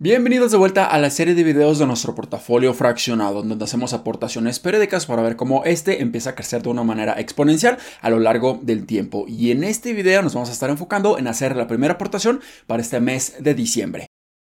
Bienvenidos de vuelta a la serie de videos de nuestro portafolio fraccionado, donde hacemos aportaciones periódicas para ver cómo este empieza a crecer de una manera exponencial a lo largo del tiempo. Y en este video nos vamos a estar enfocando en hacer la primera aportación para este mes de diciembre.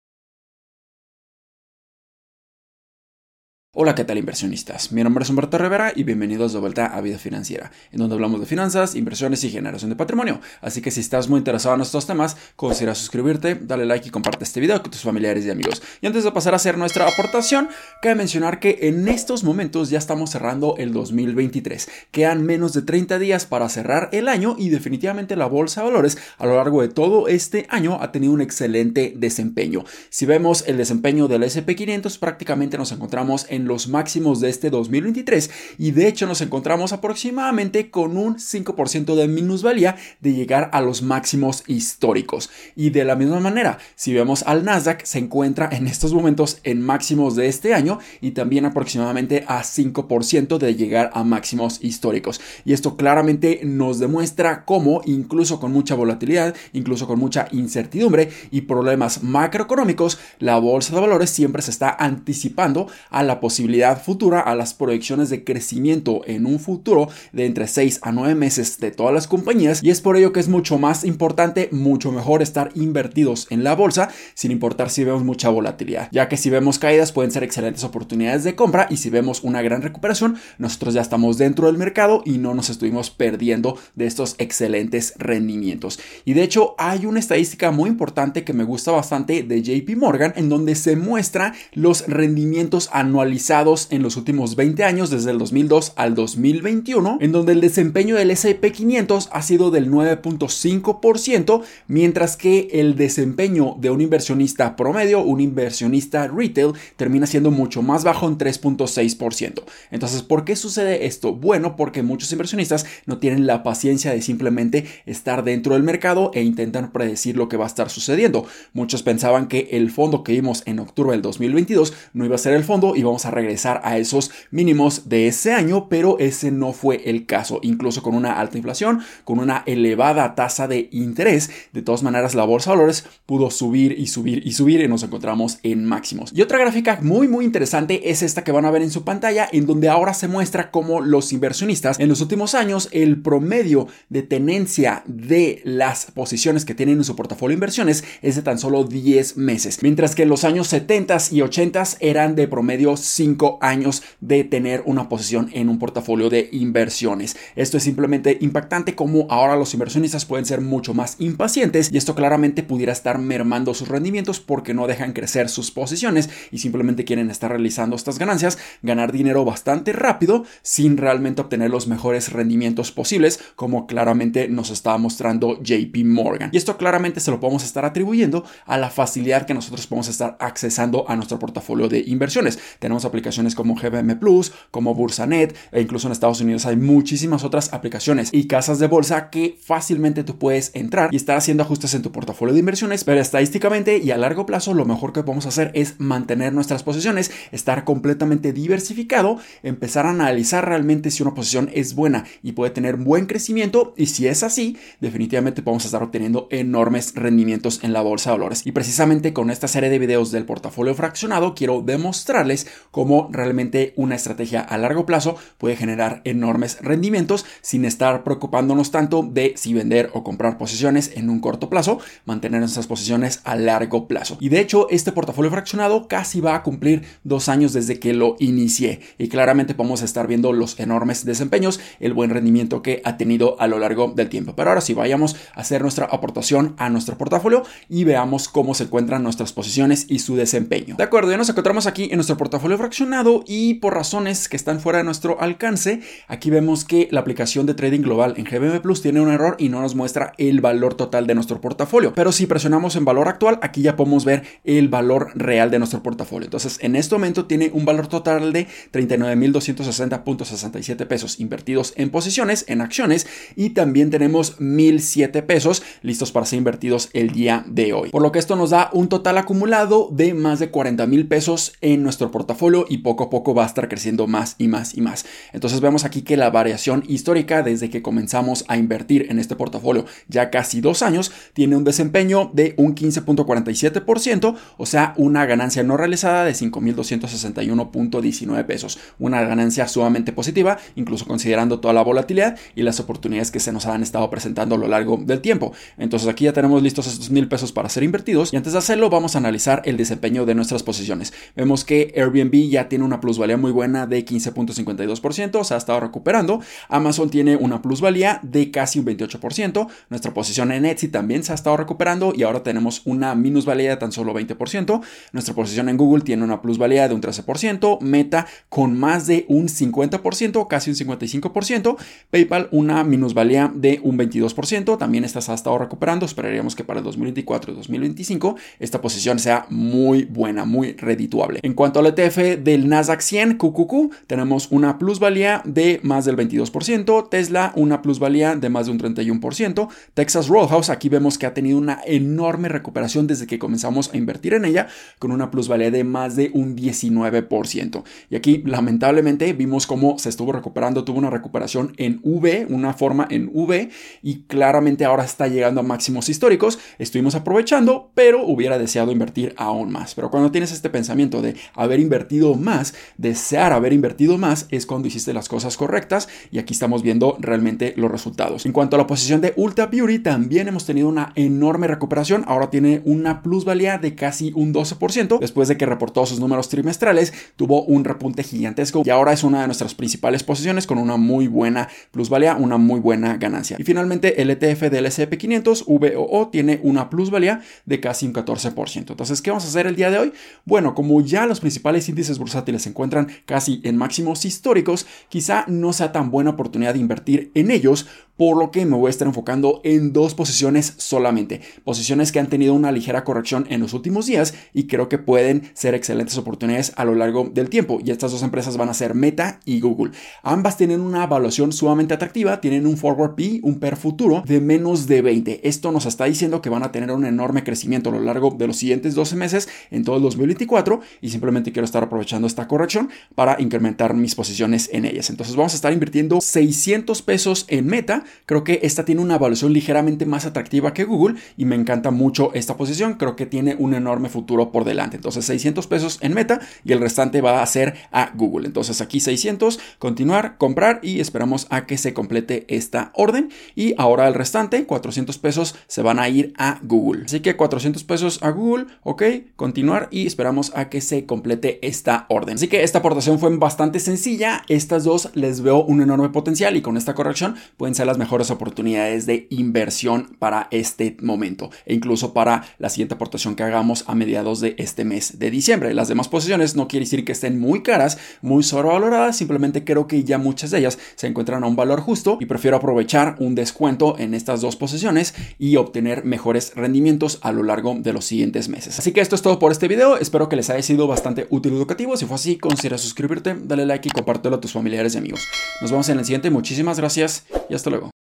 Hola, ¿qué tal inversionistas? Mi nombre es Humberto Rivera y bienvenidos de vuelta a Vida Financiera, en donde hablamos de finanzas, inversiones y generación de patrimonio. Así que si estás muy interesado en estos temas, considera suscribirte, dale like y comparte este video con tus familiares y amigos. Y antes de pasar a hacer nuestra aportación, cabe mencionar que en estos momentos ya estamos cerrando el 2023. Quedan menos de 30 días para cerrar el año y definitivamente la bolsa de valores a lo largo de todo este año ha tenido un excelente desempeño. Si vemos el desempeño del S&P 500, prácticamente nos encontramos en los máximos de este 2023 y de hecho nos encontramos aproximadamente con un 5% de minusvalía de llegar a los máximos históricos. Y de la misma manera, si vemos al Nasdaq, se encuentra en estos momentos en máximos de este año y también aproximadamente a 5% de llegar a máximos históricos. Y esto claramente nos demuestra cómo incluso con mucha volatilidad, incluso con mucha incertidumbre y problemas macroeconómicos, la bolsa de valores siempre se está anticipando a la posibilidad futura, a las proyecciones de crecimiento en un futuro de entre 6 a 9 meses de todas las compañías, y es por ello que es mucho más importante, mucho mejor estar invertidos en la bolsa sin importar si vemos mucha volatilidad, ya que si vemos caídas pueden ser excelentes oportunidades de compra y si vemos una gran recuperación nosotros ya estamos dentro del mercado y no nos estuvimos perdiendo de estos excelentes rendimientos. Y de hecho hay una estadística muy importante que me gusta bastante de JP Morgan en donde se muestra los rendimientos anualizados en los últimos 20 años, desde el 2002 al 2021, en donde el desempeño del S&P 500 ha sido del 9.5%, mientras que el desempeño de un inversionista promedio, un inversionista retail, termina siendo mucho más bajo en 3.6%. Entonces, ¿por qué sucede esto? Bueno, porque muchos inversionistas no tienen la paciencia de simplemente estar dentro del mercado e intentan predecir lo que va a estar sucediendo. Muchos pensaban que el fondo que vimos en octubre del 2022 no iba a ser el fondo y vamos a regresar a esos mínimos de ese año, pero ese no fue el caso. Incluso con una alta inflación, con una elevada tasa de interés, de todas maneras la bolsa de valores pudo subir y subir y subir y nos encontramos en máximos. Y otra gráfica muy interesante es esta que van a ver en su pantalla, en donde ahora se muestra cómo los inversionistas en los últimos años, el promedio de tenencia de las posiciones que tienen en su portafolio de inversiones es de tan solo 10 meses, mientras que en los años 70 y 80 eran de promedio 5 años de tener una posición en un portafolio de inversiones. Esto es simplemente impactante, como ahora los inversionistas pueden ser mucho más impacientes y esto claramente pudiera estar mermando sus rendimientos porque no dejan crecer sus posiciones y simplemente quieren estar realizando estas ganancias, ganar dinero bastante rápido sin realmente obtener los mejores rendimientos posibles, como claramente nos está mostrando JP Morgan. Y esto claramente se lo podemos estar atribuyendo a la facilidad que nosotros podemos estar accesando a nuestro portafolio de inversiones. Tenemos aplicaciones como GBM Plus, como Bursanet, e incluso en Estados Unidos hay muchísimas otras aplicaciones y casas de bolsa que fácilmente tú puedes entrar y estar haciendo ajustes en tu portafolio de inversiones, pero estadísticamente y a largo plazo lo mejor que podemos hacer es mantener nuestras posiciones, estar completamente diversificado, empezar a analizar realmente si una posición es buena y puede tener buen crecimiento, y si es así, definitivamente podemos estar obteniendo enormes rendimientos en la bolsa de valores. Y precisamente con esta serie de videos del portafolio fraccionado quiero demostrarles cómo realmente una estrategia a largo plazo puede generar enormes rendimientos sin estar preocupándonos tanto de si vender o comprar posiciones en un corto plazo, mantener nuestras posiciones a largo plazo. Y de hecho este portafolio fraccionado casi va a cumplir 2 años desde que lo inicié y claramente podemos estar viendo los enormes desempeños, el buen rendimiento que ha tenido a lo largo del tiempo. Pero ahora sí, vayamos a hacer nuestra aportación a nuestro portafolio y veamos cómo se encuentran nuestras posiciones y su desempeño. De acuerdo, ya nos encontramos aquí en nuestro portafolio fraccionado y por razones que están fuera de nuestro alcance, aquí vemos que la aplicación de trading global en GBM Plus tiene un error y no nos muestra el valor total de nuestro portafolio. Pero si presionamos en valor actual, aquí ya podemos ver el valor real de nuestro portafolio. Entonces, en este momento tiene un valor total de 39,260.67 pesos invertidos en posiciones, en acciones, y también tenemos 1,007 pesos listos para ser invertidos el día de hoy. Por lo que esto nos da un total acumulado de más de 40,000 pesos en nuestro portafolio portafolio y poco a poco va a estar creciendo más y más y más. Entonces vemos aquí que la variación histórica desde que comenzamos a invertir en este portafolio ya casi 2 años tiene un desempeño de un 15.47%, o sea, una ganancia no realizada de 5,261.19 pesos. Una ganancia sumamente positiva, incluso considerando toda la volatilidad y las oportunidades que se nos han estado presentando a lo largo del tiempo. Entonces aquí ya tenemos listos estos 1,000 pesos para ser invertidos y antes de hacerlo vamos a analizar el desempeño de nuestras posiciones. Vemos que Airbnb ya tiene una plusvalía muy buena de 15.52%, se ha estado recuperando. Amazon tiene una plusvalía de casi un 28%. Nuestra posición en Etsy también se ha estado recuperando y ahora tenemos una minusvalía de tan solo 20%. Nuestra posición en Google tiene una plusvalía de un 13%. Meta con más de un 50%, casi un 55%. PayPal una minusvalía de un 22%. También esta se ha estado recuperando. Esperaríamos que para el 2024 y 2025 esta posición sea muy buena, muy redituable. En cuanto al ETF del Nasdaq 100 QQQ, tenemos una plusvalía de más del 22%. Tesla una plusvalía de más de un 31%. Texas Roadhouse, aquí vemos que ha tenido una enorme recuperación desde que comenzamos a invertir en ella, con una plusvalía de más de un 19%. Y aquí lamentablemente vimos cómo se estuvo recuperando, tuvo una recuperación en V, una forma en V, y claramente ahora está llegando a máximos históricos. Estuvimos aprovechando, pero hubiera deseado invertir aún más. Pero cuando tienes este pensamiento de haber invertido más, desear haber invertido más, es cuando hiciste las cosas correctas, y aquí estamos viendo realmente los resultados. En cuanto a la posición de Ulta Beauty, también hemos tenido una enorme recuperación. Ahora tiene una plusvalía de casi un 12%. Después de que reportó sus números trimestrales, tuvo un repunte gigantesco y ahora es una de nuestras principales posiciones con una muy buena plusvalía, una muy buena ganancia. Y finalmente el ETF del S&P 500 VOO tiene una plusvalía de casi un 14%. Entonces, ¿qué vamos a hacer el día de hoy? Bueno, como ya los principales índices bursátiles se encuentran casi en máximos históricos, quizá no sea tan buena oportunidad de invertir en ellos, por lo que me voy a estar enfocando en 2 posiciones solamente. Posiciones que han tenido una ligera corrección en los últimos días y creo que pueden ser excelentes oportunidades a lo largo del tiempo. Y estas 2 empresas van a ser Meta y Google. Ambas tienen una evaluación sumamente atractiva, tienen un forward P, un PER futuro de menos de 20. Esto nos está diciendo que van a tener un enorme crecimiento a lo largo de los siguientes 12 meses en todo el 2024 y simplemente quiero estar aprovechando esta corrección para incrementar mis posiciones en ellas. Entonces vamos a estar invirtiendo 600 pesos en Meta. Creo que esta tiene una evaluación ligeramente más atractiva que Google y me encanta mucho esta posición. Creo que tiene un enorme futuro por delante. Entonces 600 pesos en Meta y el restante va a ser a Google. Entonces aquí 600, continuar, comprar y esperamos a que se complete esta orden. Y ahora el restante, 400 pesos, se van a ir a Google. Así que 400 pesos a Google, ok, continuar y esperamos a que se complete esta orden. Así que esta aportación fue bastante sencilla. Estas 2 les veo un enorme potencial y con esta corrección pueden ser las mejores oportunidades de inversión para este momento e incluso para la siguiente aportación que hagamos a mediados de este mes de diciembre. Las demás posiciones no quiere decir que estén muy caras, muy sobrevaloradas, simplemente creo que ya muchas de ellas se encuentran a un valor justo y prefiero aprovechar un descuento en estas 2 posiciones y obtener mejores rendimientos a lo largo de los siguientes meses. Así que esto es todo por este video, espero que les haya sido bastante útil y educativo. Si fue así, considera suscribirte, dale like y compártelo a tus familiares y amigos. Nos vemos en el siguiente, muchísimas gracias y hasta luego.